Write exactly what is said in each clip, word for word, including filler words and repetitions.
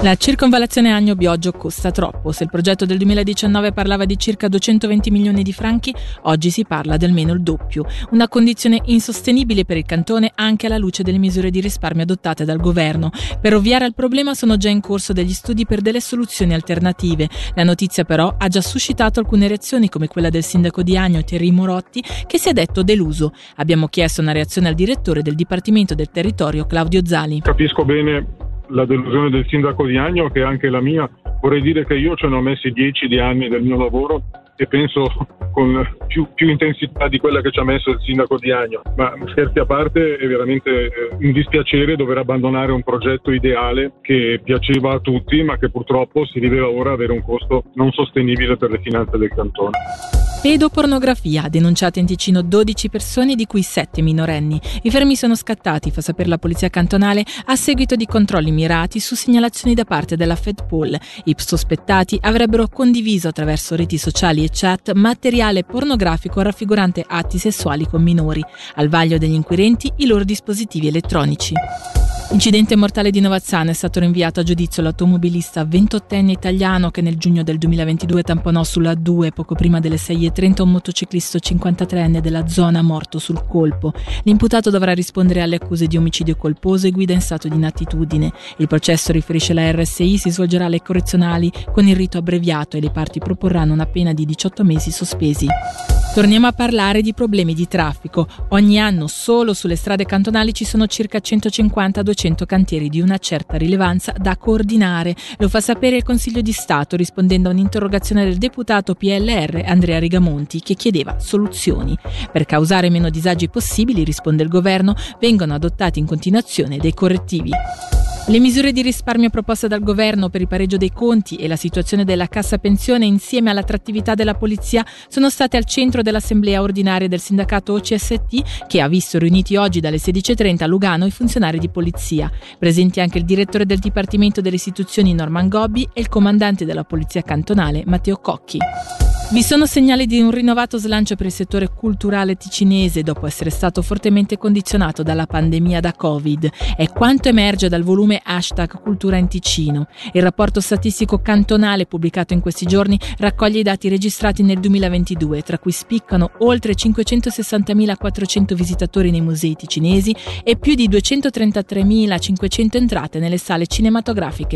La circonvallazione Agno-Bioggio costa troppo. Se il progetto del duemiladiciannove parlava di circa duecentoventi milioni di franchi, oggi si parla di almeno il doppio. Una condizione insostenibile per il cantone anche alla luce delle misure di risparmio adottate dal governo. Per ovviare al problema sono già in corso degli studi per delle soluzioni alternative. La notizia però ha già suscitato alcune reazioni come quella del sindaco di Agno, Thierry Morotti, che si è detto deluso. Abbiamo chiesto una reazione al direttore del Dipartimento del Territorio, Claudio Zali. Capisco bene la delusione del sindaco di Agno, che è anche la mia. Vorrei dire che io ci ho messi dieci di anni del mio lavoro e penso con più, più intensità di quella che ci ha messo il sindaco di Agno. Ma scherzi a parte, è veramente un dispiacere dover abbandonare un progetto ideale che piaceva a tutti, ma che purtroppo si rivela ora avere un costo non sostenibile per le finanze del cantone. Pedopornografia, denunciate in Ticino dodici persone, di cui sette minorenni. I fermi sono scattati, fa sapere la polizia cantonale, a seguito di controlli mirati su segnalazioni da parte della Fedpol. I sospettati avrebbero condiviso attraverso reti sociali e chat materiale pornografico raffigurante atti sessuali con minori. Al vaglio degli inquirenti i loro dispositivi elettronici. Incidente mortale di Novazzano, è stato rinviato a giudizio l'automobilista ventottenne italiano che nel giugno del duemilaventidue tamponò sulla A due poco prima delle sei e trenta un motociclista cinquantatreenne della zona morto sul colpo. L'imputato dovrà rispondere alle accuse di omicidio colposo e guida in stato di inattitudine. Il processo, riferisce la R S I, si svolgerà alle correzionali con il rito abbreviato e le parti proporranno una pena di diciotto mesi sospesi. Torniamo a parlare di problemi di traffico. Ogni anno solo sulle strade cantonali ci sono circa centocinquanta duecento cantieri di una certa rilevanza da coordinare. Lo fa sapere il Consiglio di Stato rispondendo a un'interrogazione del deputato P L R Andrea Rigamonti, che chiedeva soluzioni. Per causare meno disagi possibili, risponde il governo, vengono adottati in continuazione dei correttivi. Le misure di risparmio proposte dal governo per il pareggio dei conti e la situazione della cassa pensione insieme all'attrattività della polizia sono state al centro dell'assemblea ordinaria del sindacato O C S T, che ha visto riuniti oggi dalle sedici e trenta a Lugano i funzionari di polizia. Presenti anche il direttore del Dipartimento delle Istituzioni Norman Gobbi e il comandante della polizia cantonale Matteo Cocchi. Vi sono segnali di un rinnovato slancio per il settore culturale ticinese dopo essere stato fortemente condizionato dalla pandemia da Covid. È quanto emerge dal volume hashtag Cultura in Ticino. Il rapporto statistico cantonale pubblicato in questi giorni raccoglie i dati registrati nel duemilaventidue, tra cui spiccano oltre cinquecentosessantamila quattrocento visitatori nei musei ticinesi e più di duecentotrentatremilacinquecento entrate nelle sale cinematografiche.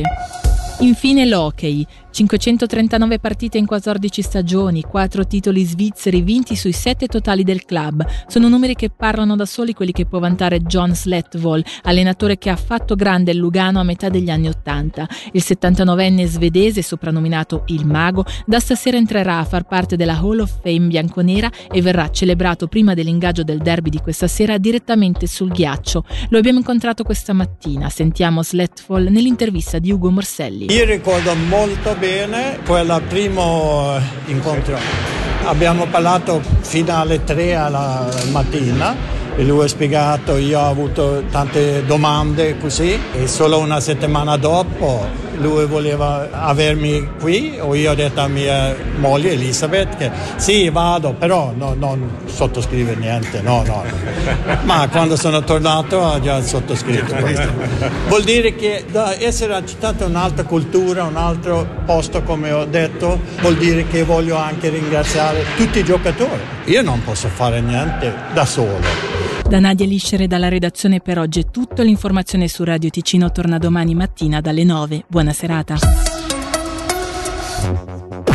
Infine l'hockey, cinquecentotrentanove partite in quattordici stagioni, quattro titoli svizzeri vinti sui sette totali del club. Sono numeri che parlano da soli quelli che può vantare John Sletvold, allenatore che ha fatto grande il Lugano a metà degli anni Ottanta. Il settantanovenne svedese, soprannominato il Mago, da stasera entrerà a far parte della Hall of Fame bianconera e verrà celebrato prima dell'ingaggio del derby di questa sera direttamente sul ghiaccio. Lo abbiamo incontrato questa mattina, sentiamo Sletvold nell'intervista di Ugo Morselli. Io ricordo molto bene quel primo incontro. Abbiamo parlato fino alle tre alla mattina e lui ha spiegato, io ho avuto tante domande così e solo una settimana dopo lui voleva avermi qui o io ho detto a mia moglie Elisabeth che sì vado, però no, non sottoscrive niente, no no, ma quando sono tornato ha già sottoscritto questo. Vuol dire che da essere accettato un'altra cultura, un altro posto, come ho detto, vuol dire che voglio anche ringraziare tutti i giocatori. Io non posso fare niente da solo. Da Nadia Liscere dalla redazione per oggi è tutto. L'informazione su Radio Ticino torna domani mattina dalle nove. Buona serata.